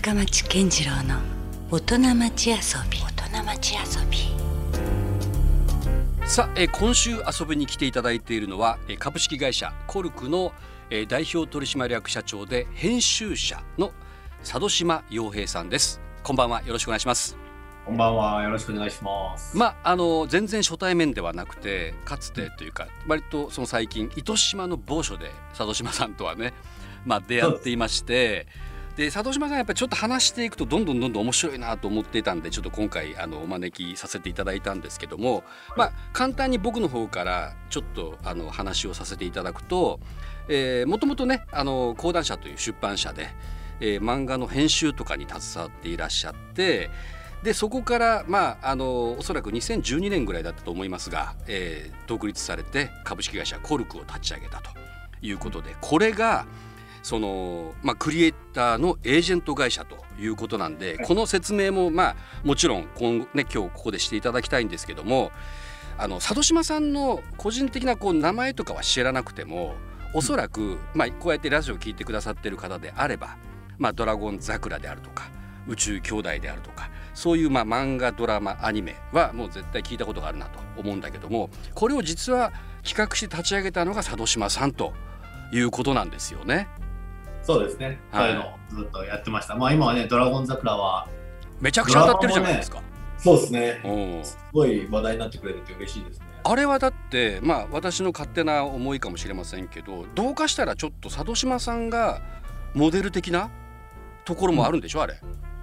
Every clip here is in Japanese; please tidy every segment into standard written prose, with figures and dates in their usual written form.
深町健次郎の大人町遊び。 さあ、今週遊びに来ていただいているのは株式会社コルクの代表取締役社長で編集者の佐渡島洋平さんです。こんばんは、よろしくお願いします。 こんばんは、よろしくお願いします。 全然初対面ではなくて、かつてというか割とその最近糸島の某所で佐渡島さんとはね、出会っていまして、で佐渡島さんやっぱりちょっと話していくとどんどん面白いなと思っていたんで、ちょっと今回お招きさせていただいたんですけども、簡単に僕の方からちょっと話をさせていただくと、もともとね講談社という出版社で、漫画の編集とかに携わっていらっしゃって、でそこからおそらく2012年ぐらいだったと思いますが、独立されて株式会社コルクを立ち上げたということで、これがそのクリエイターのエージェント会社ということなんで、この説明ももちろん今日ここでしていただきたいんですけども、佐渡島さんの個人的な名前とかは知らなくても、おそらくこうやってラジオを聞いてくださってる方であれば、ドラゴン桜であるとか宇宙兄弟であるとか、そういう漫画ドラマアニメはもう絶対聞いたことがあるなと思うんだけども、これを実は企画して立ち上げたのが佐渡島さんということなんですよね。 そうですね、そういうのをずっとやってました。今はね、ドラゴン桜はめちゃくちゃ当たってるじゃないですか。 そうですね、すごい話題になってくれるって嬉しいですね。 あれはだって私の勝手な思いかもしれませんけど、どうかしたらちょっと佐渡島さんがモデル的なところもあるんでしょ、あれ。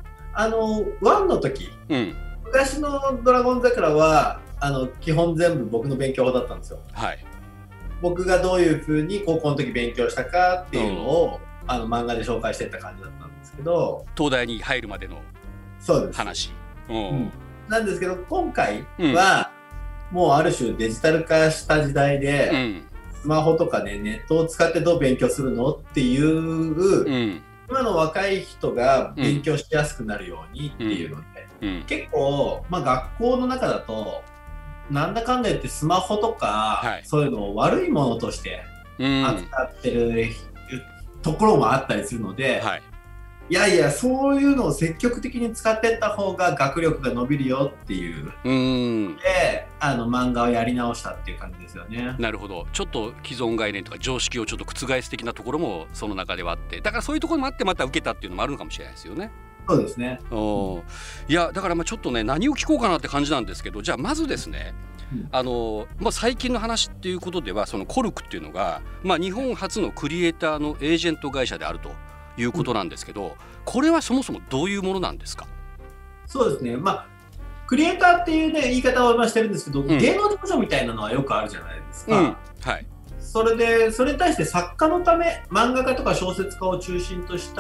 1の時、昔のドラゴン桜は基本全部僕の勉強法だったんですよ。僕がどういうふうに高校の時勉強したかっていうのを、漫画で紹介していった感じだったんですけど、 東大に入るまでの話。 なんですけど、今回は、もうある種デジタル化した時代で、スマホとかね、ネットを使ってどう勉強するのっていう、今の若い人が勉強しやすくなるようにっていうので、結構、学校の中だとなんだかんだ言ってスマホとか、そういうのを悪いものとして扱ってるところもあったりするので、いやいや、そういうのを積極的に使っていった方が学力が伸びるよっていうで、漫画をやり直したっていう感じですよね。 なるほど。ちょっと既存概念とか常識をちょっと覆す的なところもその中ではあって、だからそういうところもあってまた受けたっていうのもあるのかもしれないですよね。 そうですね。 いやだからちょっとね、何を聞こうかなって感じなんですけど、じゃあまずですね、最近の話っていうことでは、そのコルクっていうのが、日本初のクリエイターのエージェント会社であるということなんですけど、これはそもそもどういうものなんですか？ そうですね、クリエイターっていうね、言い方をしてるんですけど、芸能事務所みたいなのはよくあるじゃないですか。それに対して作家のため、漫画家とか小説家を中心とした、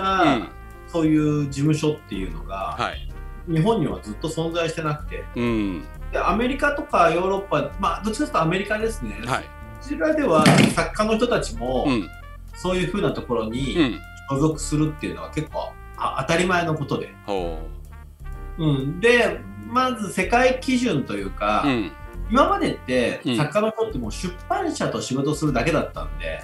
そういう事務所っていうのが、日本にはずっと存在してなくて、でアメリカとかヨーロッパ、どっちかというとアメリカですね、こちらでは作家の人たちも、そういうふうなところに所属するっていうのは結構当たり前のことで、でまず世界基準というか、今までって作家の人ってもう出版社と仕事するだけだったんで、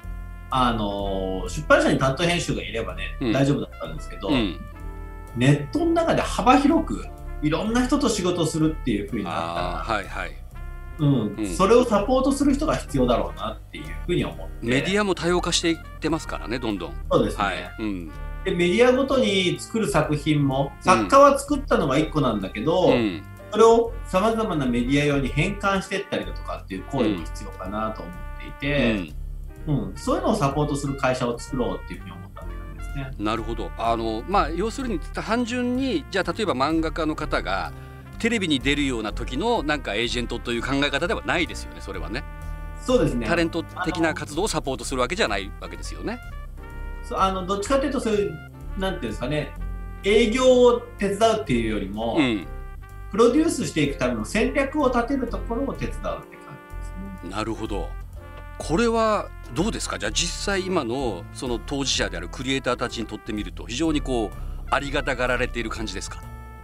出版社に担当編集がいればね、大丈夫だったんですけど、ネットの中で幅広くいろんな人と仕事をするっていう風になったら、それをサポートする人が必要だろうなっていう風に思って、 メディアも多様化していってますからね、どんどん。 そうですね、でメディアごとに作る作品も、作家は作ったのが1個なんだけど、それをさまざまなメディア用に変換していったりだとかっていう行為も必要かなと思っていて、そういうのをサポートする会社を作ろうっていうふうに思ったって感じですね。 なるほど。要するに単純に、じゃあ例えば漫画家の方がテレビに出るような時のなんかエージェントという考え方ではないですよね、それはね。 そうですね。 タレント的な活動をサポートするわけじゃないわけですよね。 どっちかというと、そういうなんていうんですかね、営業を手伝うっていうよりも、プロデュースしていくための戦略を立てるところを手伝うって感じですね。 なるほど。これはどうですか？じゃあ実際今のその当事者であるクリエイターたちにとってみると、非常にありがたがられている感じですか？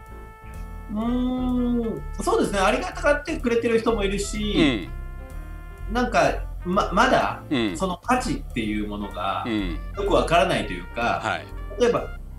そうですね、ありがたがってくれてる人もいるし、なんかまだその価値っていうものがよくわからないというか、例えば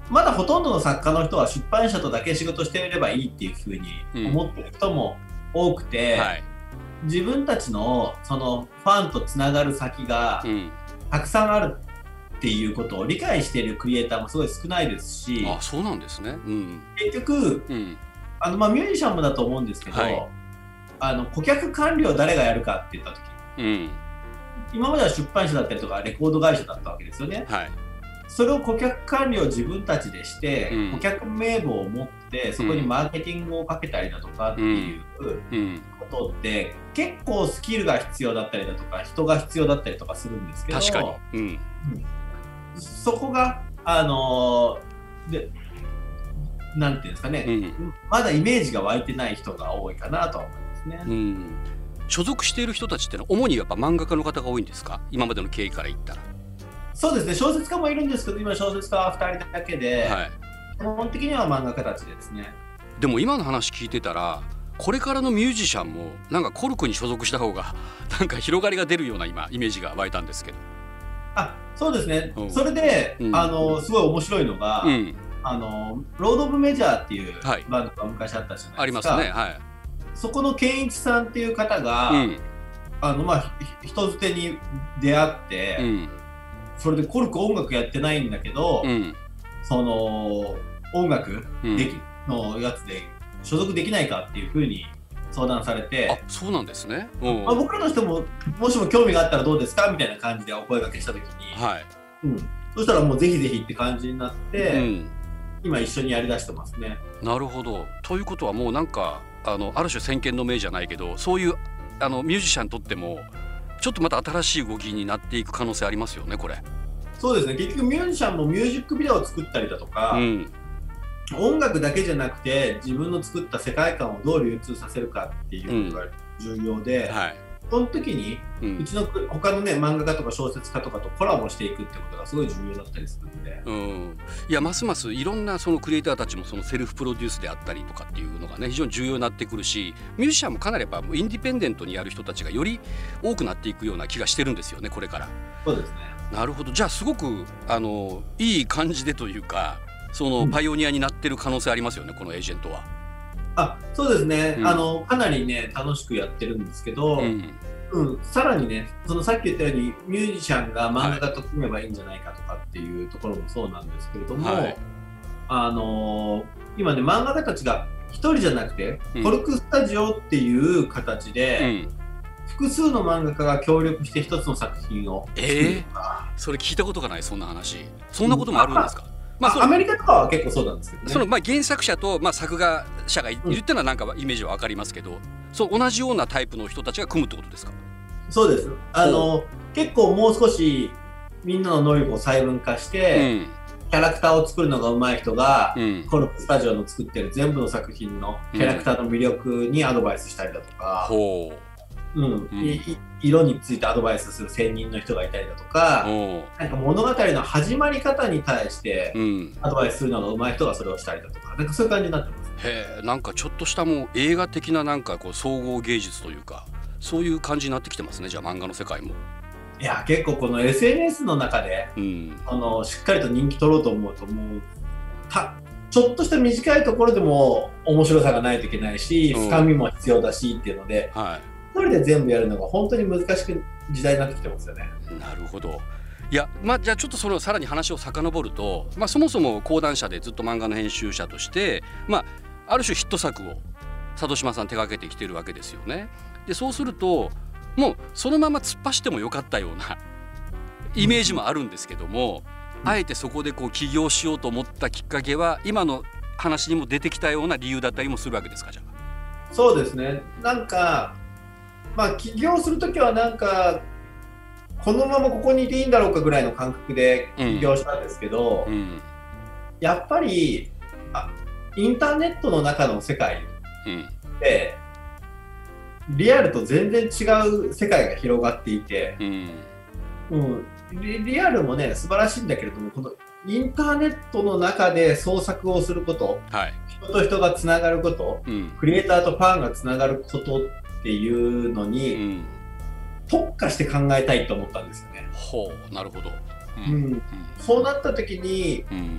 まだほとんどの作家の人は出版社とだけ仕事していればいいっていうふうに思ってる人も多くて、はい、自分たちのそのファンとつながる先がたくさんあるっていうことを理解しているクリエイターもすごい少ないですし、 あ、そうなんですね、 結局、ミュージシャンもだと思うんですけど、はい、顧客管理を誰がやるかって言った時に、今までは出版社だったりとかレコード会社だったわけですよね。はい、それを顧客管理を自分たちでして、顧客名簿を持ってそこにマーケティングをかけたりだとかっていうことって結構スキルが必要だったりだとか人が必要だったりとかするんですけど、 確かに、 そこがでなんていうんですかね、まだイメージが湧いてない人が多いかなとは思いますね。 所属している人たちってのは主にやっぱ漫画家の方が多いんですか？今までの経緯から言ったら。 そうですね、小説家もいるんですけど、今小説家は2人だけで、はい、基本的には漫画家たちですね。 でも今の話聞いてたら、これからのミュージシャンもなんかコルクに所属した方がなんか広がりが出るような今イメージが湧いたんですけど。 そうですね、それで、すごい面白いのが、ロード・オブ・メジャーっていうバンドが昔あったじゃないですか。ありますね、はい。そこの健一さんっていう方が、人づてに出会って、それでコルク音楽やってないんだけど、その音楽のやつで所属できないかっていうふうに相談されて、 そうなんですね。 僕らとしてももしも興味があったらどうですかみたいな感じでお声掛けした時に、そしたらもうぜひぜひって感じになって、今一緒にやりだしてますね。 なるほど。ということはもうなんかある種先見の明じゃないけど、そういうミュージシャンにとってもちょっとまた新しい動きになっていく可能性ありますよね、これ。 そうですね、結局ミュージシャンもミュージックビデオを作ったりだとか、音楽だけじゃなくて自分の作った世界観をどう流通させるかっていうことが重要で、その時に、うちの他のね漫画家とか小説家とかとコラボしていくってことがすごい重要だったりするんで、 いやますますいろんなそのクリエイターたちもそのセルフプロデュースであったりとかっていうのがね非常に重要になってくるし、ミュージシャンもかなりやっぱインディペンデントにやる人たちがより多くなっていくような気がしてるんですよね、これから。 そうですね。 なるほど。じゃあすごくいい感じでというか、そのパイオニアになってる可能性ありますよね、このエージェントは。 そうですね、かなりね楽しくやってるんですけど、さらにね、そのさっき言ったようにミュージシャンが漫画家と組めばいいんじゃないかとかっていうところもそうなんですけれども、今ね漫画家たちが一人じゃなくて、コルクスタジオっていう形で、複数の漫画家が協力して一つの作品を作るとか、 それ聞いたことがない。そんな話、そんなこともあるんですか？ アメリカとかは結構そうなんですけどね。 その原作者と作画者がいるっていうのはなんかイメージは分かりますけど、そう同じようなタイプの人たちが組むってことですか？ そうです。結構もう少しみんなの能力を細分化して、キャラクターを作るのが上手い人が、コルクスタジオの作ってる全部の作品のキャラクターの魅力にアドバイスしたりだとか、色についてアドバイスする専任の人がいたりだとか、なんか物語の始まり方に対してアドバイスするのが上手い人がそれをしたりだとか、なんかそういう感じになってます。 なんかちょっとしたもう映画的ななんかこう総合芸術というか、そういう感じになってきてますね、じゃあ漫画の世界も。 いや結構この SNS の中で、しっかりと人気取ろうと思うともうちょっとした短いところでも面白さがないといけないし、深みも必要だしっていうので、一人で全部やるのが本当に難しく時代になってきてますよね。 なるほど。いやじゃあちょっとそれをさらに話を遡ると、そもそも講談社でずっと漫画の編集者として、ある種ヒット作を佐渡島さん手掛けてきてるわけですよね。でそうするともうそのまま突っ走ってもよかったようなイメージもあるんですけども、あえてそこでこう起業しようと思ったきっかけは今の話にも出てきたような理由だったりもするわけですか？じゃあ。 そうですね。なんか起業するときはなんかこのままここにいていいんだろうかぐらいの感覚で起業したんですけど、やっぱりインターネットの中の世界で、リアルと全然違う世界が広がっていて、リアルもね素晴らしいんだけれども、このインターネットの中で創作をすること、人と人がつながること、クリエイターとファンがつながることっていうのに、特化して考えたいと思ったんですよね。 なるほど。 そうなった時に、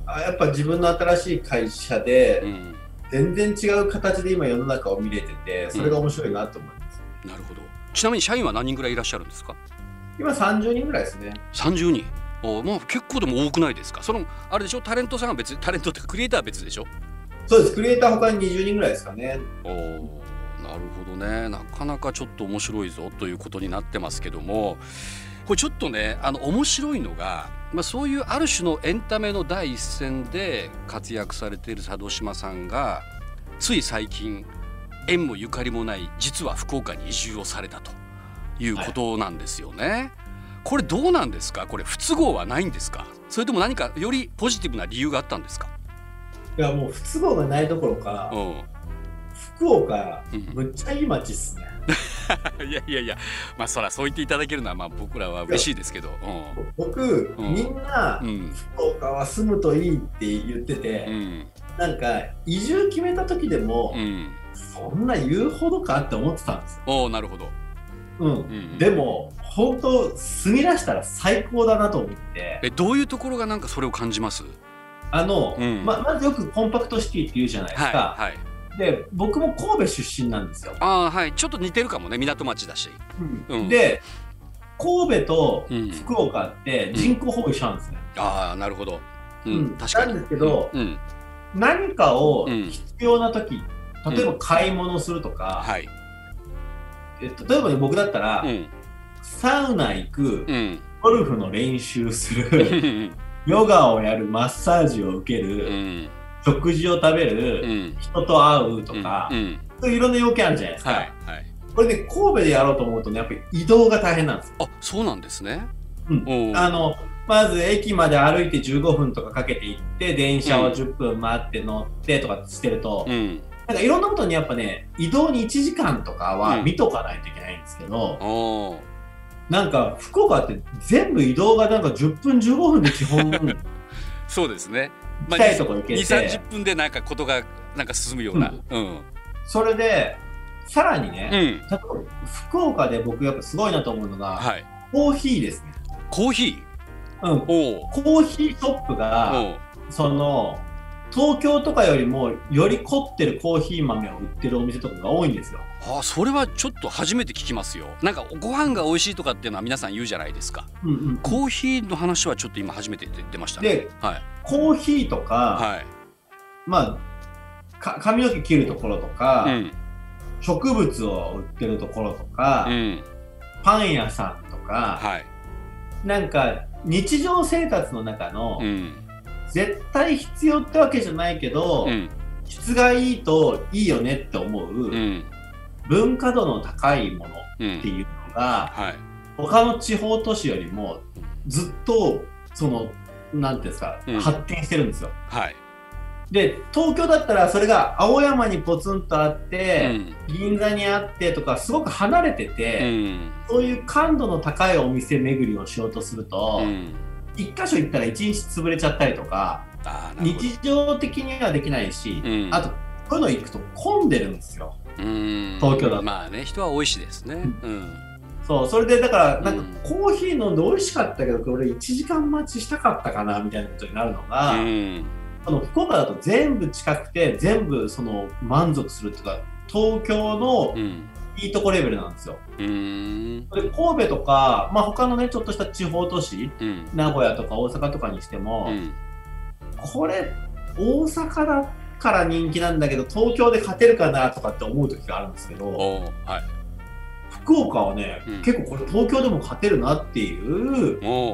やっぱ自分の新しい会社で、 うん、 全然違う形で今世の中を見れてて、それが面白いなと思います、 なるほど。ちなみに社員は何人ぐらいいらっしゃるんですか？ 今30人ぐらいですね。 30人。まあ、結構でも多くないですか？あれでしょ、タレントさんは別、タレントってクリエイターは別でしょ？ そうです、クリエイター他に20人ぐらいですかね。 なるほどね。なかなかちょっと面白いぞということになってますけども、これちょっとね、面白いのが、そういうある種のエンタメの第一線で活躍されている佐渡島さんが、つい最近縁もゆかりもない実は福岡に移住をされたということなんですよね、はい、これどうなんですか？これ不都合はないんですか？それとも何かよりポジティブな理由があったんですか？ いや、もう不都合がないどころか、福岡、むっちゃいい街っすね。 いや、そらそう言っていただけるのは僕らは嬉しいですけど、 僕、みんな、福岡は住むといいって言ってて、なんか移住決めた時でも、そんな言うほどかって思ってたんですよ。 なるほど。 でも本当住み出したら最高だなと思って。 どういうところがなんかそれを感じます？ まずよくコンパクトシティって言うじゃないですか、はいはい、で僕も神戸出身なんですよ。 はい、ちょっと似てるかもね、港町だし、 で神戸と福岡って人口ほぼ一緒なんですね、 なるほど、確かに。 なんですけど、何かを必要な時、例えば買い物するとか、例えば、ね、僕だったら、サウナ行く、ゴルフの練習するヨガをやる、マッサージを受ける、食事を食べる、人と会うとか、そういういろんな要件あるじゃないですか、これね、神戸でやろうと思うとね、やっぱり移動が大変なんですよ。 そうなんですね。 まず駅まで歩いて15分とかかけて行って、電車を10分待って乗ってとかしてると、なんかいろんなことにやっぱね、移動に1時間とかは見とかないといけないんですけど、なんか福岡って全部移動がなんか10分15分で基本そうですね、 行きたいとこ行けて 2,30 分でなんかことがなんか進むような、 それでさらにね、例えば福岡で僕やっぱすごいなと思うのが、コーヒーですね。 コーヒー、コーヒーショップがその東京とかよりもより凝ってるコーヒー豆を売ってるお店とかが多いんですよ。 それはちょっと初めて聞きますよ。なんかご飯が美味しいとかっていうのは皆さん言うじゃないですか、コーヒーの話はちょっと今初めて出ましたね。 で、コーヒーとか、髪の毛切るところとか、植物を売ってるところとか、パン屋さんとか、なんか日常生活の中の、絶対必要ってわけじゃないけど、質がいいといいよねって思う、文化度の高いものっていうのが、他の地方都市よりもずっとそのなんていうんですか、発展してるんですよ。で東京だったらそれが青山にポツンとあって、銀座にあってとかすごく離れてて、そういう感度の高いお店巡りをしようとすると、一箇所行ったら一日潰れちゃったりとか、日常的にはできないし、あとこういうの行くと混んでるんですよ、東京だと。 まあね、人は多いしですね、 そう、それでだからなんかコーヒー飲んで美味しかったけど、これ1時間待ちしたかったかなみたいなことになるのが、福岡だと全部近くて全部その満足するっていうか、東京のいいとこレベルなんですよ。で神戸とか、他のねちょっとした地方都市、名古屋とか大阪とかにしても、これ大阪だから人気なんだけど東京で勝てるかなとかって思う時があるんですけど、福岡はね、結構これ東京でも勝てるなっていう、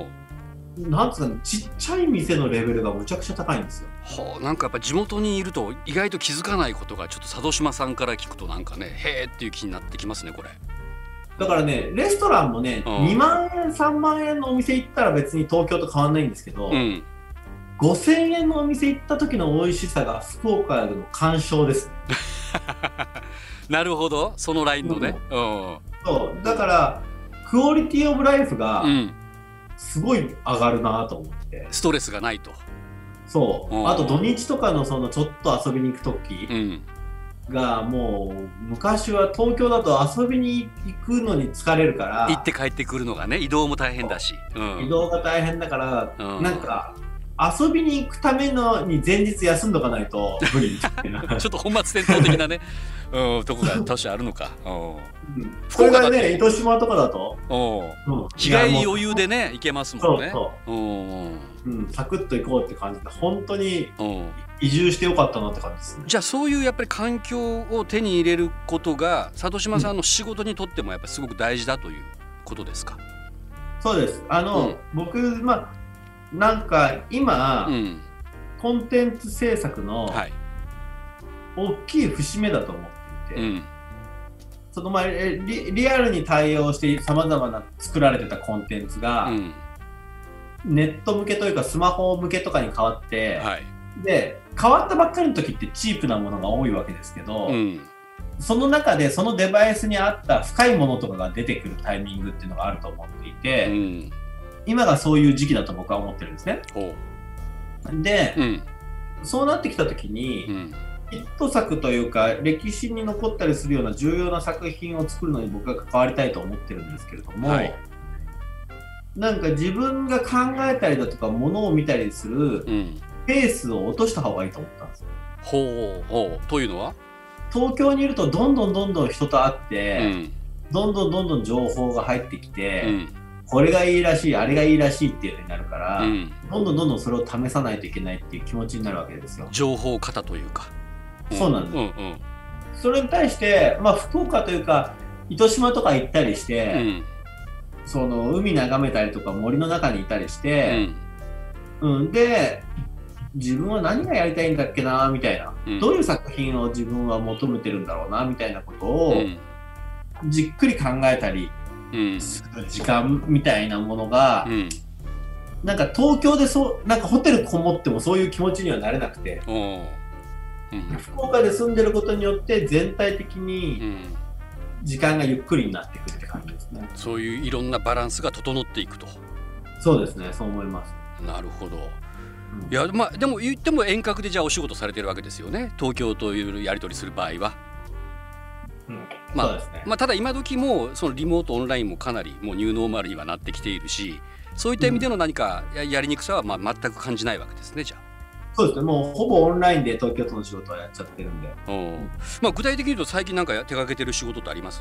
なんつうかね、ちっちゃい店のレベルがむちゃくちゃ高いんですよ。 なんかやっぱ地元にいると意外と気づかないことがちょっと佐渡島さんから聞くとなんかね、へーっていう気になってきますね、これ。 だからね、レストランもね、2万円3万円のお店行ったら別に東京と変わんないんですけど、5000円のお店行った時の美味しさが福岡での鑑賞ですね。 なるほど、そのラインのね、 そうだからクオリティオブライフがすごい上がるなと思って、 ストレスがないと。 そう、あと土日とかのそのちょっと遊びに行く時が、もう昔は東京だと遊びに行くのに疲れるから、 行って帰ってくるのがね、移動も大変だし、 移動が大変だから、なんか遊びに行くためのに前日休んどかないと無理みたいなちょっと本末転倒的なね、とこが多少あるのか。 それがね、糸島とかだと日帰り余裕でね行けますもんね。 サクッと行こうって感じで、本当に移住してよかったなって感じですね。 じゃあそういうやっぱり環境を手に入れることが里島さんの仕事にとってもやっぱりすごく大事だということですか？ そうです。僕なんか今、コンテンツ制作の大きい節目だと思っていて、そのリアルに対応してさまざまな作られてたコンテンツが、ネット向けというかスマホ向けとかに変わって、で変わったばっかりの時ってチープなものが多いわけですけど、その中でそのデバイスに合った深いものとかが出てくるタイミングっていうのがあると思っていて、今がそういう時期だと僕は思ってるんですね。で、そうなってきた時に、ヒット作というか歴史に残ったりするような重要な作品を作るのに僕は関わりたいと思ってるんですけれども、なんか自分が考えたりだとかものを見たりするペースを落とした方がいいと思ったんですよ。 というのは、 東京にいるとどんどん人と会って、どんどん情報が入ってきて、これがいいらしいあれがいいらしいっていう風になるから、どんどんそれを試さないといけないっていう気持ちになるわけですよ。 情報型というか。 そうなんです。それに対して、福岡というか糸島とか行ったりして、その海眺めたりとか森の中にいたりして、で自分は何がやりたいんだっけなみたいな、どういう作品を自分は求めてるんだろうなみたいなことをじっくり考えたりする時間みたいなものが、なんか東京でなんかホテルこもってもそういう気持ちにはなれなくて、福岡で住んでることによって全体的に時間がゆっくりになっていくって感じですね。 そういういろんなバランスが整っていくと。 そうですね、そう思います。 なるほど。いやでも言っても遠隔でじゃあお仕事されてるわけですよね、東京というやり取りする場合は。 そうですね。 ただ今時もそのリモートオンラインもかなりもうニューノーマルにはなってきているし、そういった意味での何かやりにくさは全く感じないわけですね。じゃあそうですね、もうほぼオンラインで東京都の仕事はやっちゃってるんで。 具体的に言うと最近なんか手掛けてる仕事ってあります？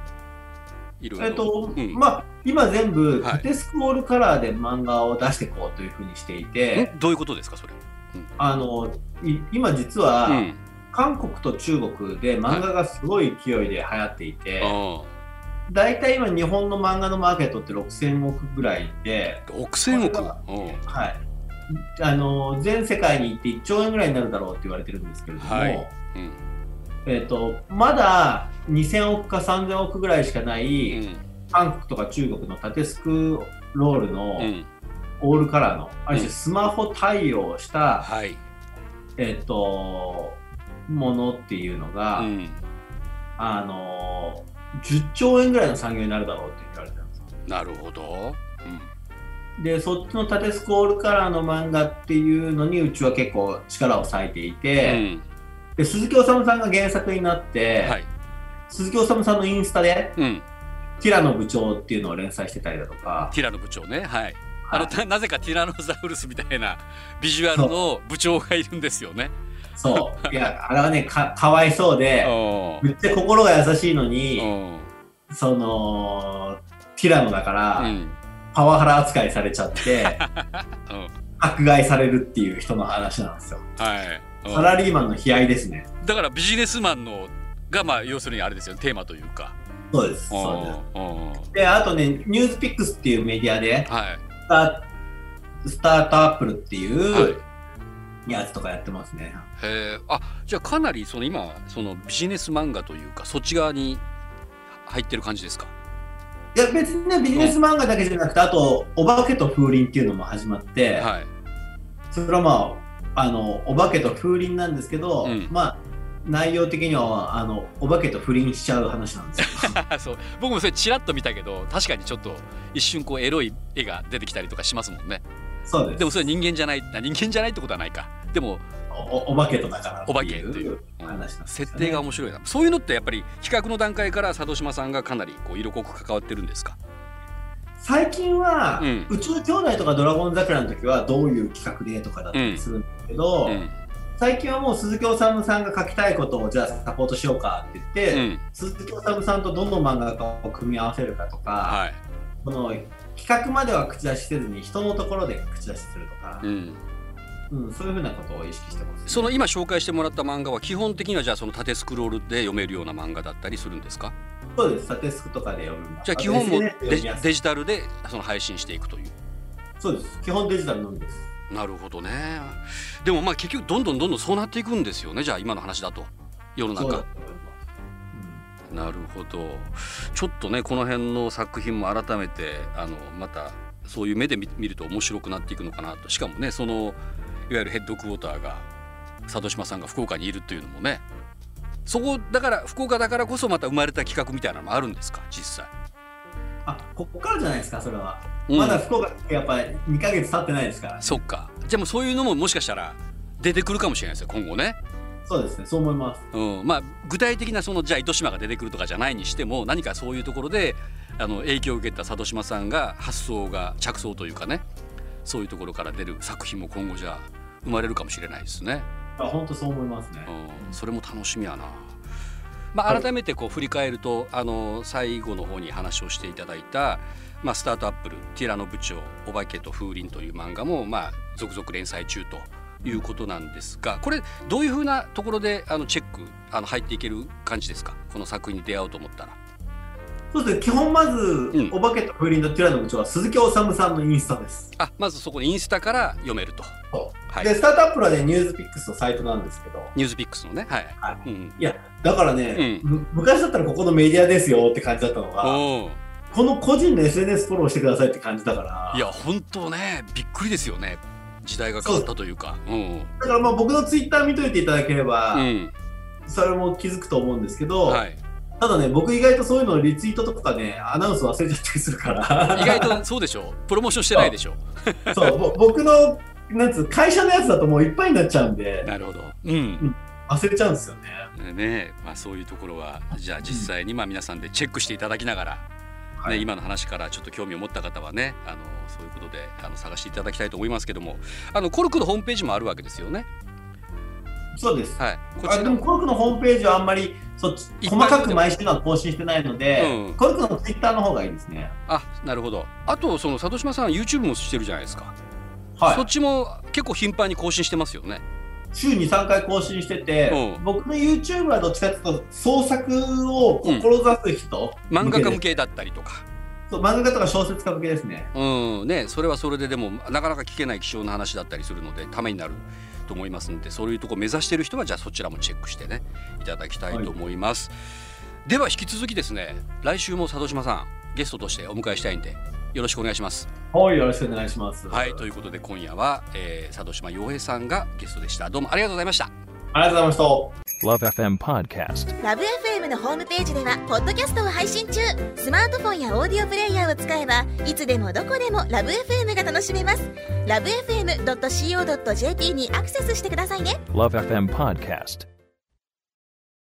今全部タテスクオールカラーで漫画を出していこうというふうにしていて。 どういうことですかそれ？ 今実は、韓国と中国で漫画がすごい勢いで流行っていて、だいたい今日本の漫画のマーケットって6000億ぐらいで、 6000億？ 全世界に行って1兆円ぐらいになるだろうって言われてるんですけれども、まだ2000億か3000億ぐらいしかない、韓国とか中国のタテスクロールのオールカラーの、ある種スマホ対応した、ものっていうのが、10兆円ぐらいの産業になるだろうって言われてるんですよ。なるほど。でそっちのタテスクオールカラーの漫画っていうのにうちは結構力を割いていて、で鈴木おさむさんが原作になって、鈴木おさむさんのインスタで、ティラノ部長っていうのを連載してたりだとか。 ティラノ部長ね、なぜかティラノザウルスみたいなビジュアルの部長がいるんですよね。 いやあれはね かわいそうで、めっちゃ心が優しいのに、そのティラノだから、パワハラ扱いされちゃって迫害されるっていう人の話なんですよ。サラリーマンの悲哀ですね。 だからビジネスマンのが要するにあれですよね、テーマというか。 そうです。であとね、ニュースピックスっていうメディアで、スタートアップルっていうやつとかやってますね。 じゃあかなり今そのビジネス漫画というかそっち側に入ってる感じですか？ いや別にね、ビジネス漫画だけじゃなくて、あとお化けと風鈴っていうのも始まって、それはお化けと風鈴なんですけど、内容的にはお化けと不倫しちゃう話なんですよ。 僕もそれチラッと見たけど、確かにちょっと一瞬エロい絵が出てきたりとかしますもんね。 そうです。 でもそれ人間じゃないってことはないか。でもお化けとだからお化けっていう話なんですよね。設定が面白いな。そういうのってやっぱり企画の段階から里島さんがかなり色濃く関わってるんですか？ 最近は、 うん、 宇宙兄弟とかドラゴン桜の時はどういう企画でとかだったりするんですけど、最近はもう鈴木おさむさんが書きたいことをじゃあサポートしようかって言って、鈴木おさむさんとどの漫画家を組み合わせるかとか、はい、この企画までは口出しせずに人のところで口出しするとか、そういうふうなことを意識してます、ね。 その今紹介してもらった漫画は基本的にはじゃあその縦スクロールで読めるような漫画だったりするんですか？ そうです、縦スクとかで読む。 じゃあ基本もデジタルでその配信していくという。 そうです、基本デジタルのみです。 なるほどね。でもまあ結局どんどんそうなっていくんですよね。じゃあ今の話だと世の中。なるほど。ちょっとねこの辺の作品も改めてまたそういう目で見ると面白くなっていくのかなと。しかもねそのいわゆるヘッドクォーターが佐渡島さんが福岡にいるっていうのもね、そこだから福岡だからこそまた生まれた企画みたいなのもあるんですか実際？ ここからじゃないですかそれは。まだ福岡やっぱり2ヶ月経ってないですから、ね。 そっか。じゃあもうそういうのももしかしたら出てくるかもしれないですよ今後ね。 そうですね、そう思います。 まあ具体的なそのじゃあ糸島が出てくるとかじゃないにしても、何かそういうところで影響を受けた佐渡島さんが発想が着想というかね、そういうところから出る作品も今後じゃあ生まれるかもしれないですね。 本当そう思いますね。 それも楽しみやな。まあ、改めてこう振り返ると、最後の方に話をしていただいた、スタートアップルティラノ部長お化けと風鈴という漫画も続々連載中ということなんですが、これどういうふうなところでチェック入っていける感じですか？この作品に出会おうと思ったら。 そうですね、基本まず、お化けと風鈴とティラノ部長は鈴木おさむさんのインスタです。 まずそこでインスタから読めると。 はい、でスタートアップルはねニュースピックスのサイトなんですけど、 ニュースピックスのね、はい、 いやだからね、昔だったらここのメディアですよって感じだったのが、この個人の SNS フォローしてくださいって感じだから。 いや本当ねびっくりですよね。時代が変わったというか。 だから僕のツイッター見といていただければ、それも気づくと思うんですけど、ただね僕意外とそういうのリツイートとかねアナウンス忘れちゃったりするから意外とそうでしょ。プロモーションしてないでしょ。 そう僕のなんつう会社のやつだともういっぱいになっちゃうんで。 なるほど。 忘れちゃうんですよね。そういうところはじゃあ実際に皆さんでチェックしていただきながら、今の話からちょっと興味を持った方はねそういうことで探していただきたいと思いますけども、コルクのホームページもあるわけですよね。 そうです。でもコルクのホームページはあんまり細かく毎週のは更新してないので、コルクのツイッターの方がいいですね。 なるほど。あとその佐渡島さん YouTube もしてるじゃないですか。そっちも結構頻繁に更新してますよね。 週に3回更新してて、僕の YouTube はどっちかというと創作を志す人、 漫画家向けだったりとか。 そう漫画家とか小説家向けですね。 それはそれででもなかなか聞けない貴重な話だったりするのでためになると思いますので、そういうところを目指している人はじゃあそちらもチェックしてねいただきたいと思います。では引き続きですね、来週も佐渡島さんゲストとしてお迎えしたいんでよろしくお願いします。 はい、よろしくお願いします。 はい、ということで今夜は、佐渡島洋平さんがゲストでした。どうもありがとうございました。 ありがとうございました。 LoveFM Podcast。LoveFM のホームページではポッドキャストを配信中。スマートフォンやオーディオプレイヤーを使えばいつでもどこでも LoveFM が楽しめます。LoveFM.co.jp にアクセスしてくださいね。LoveFM Podcast。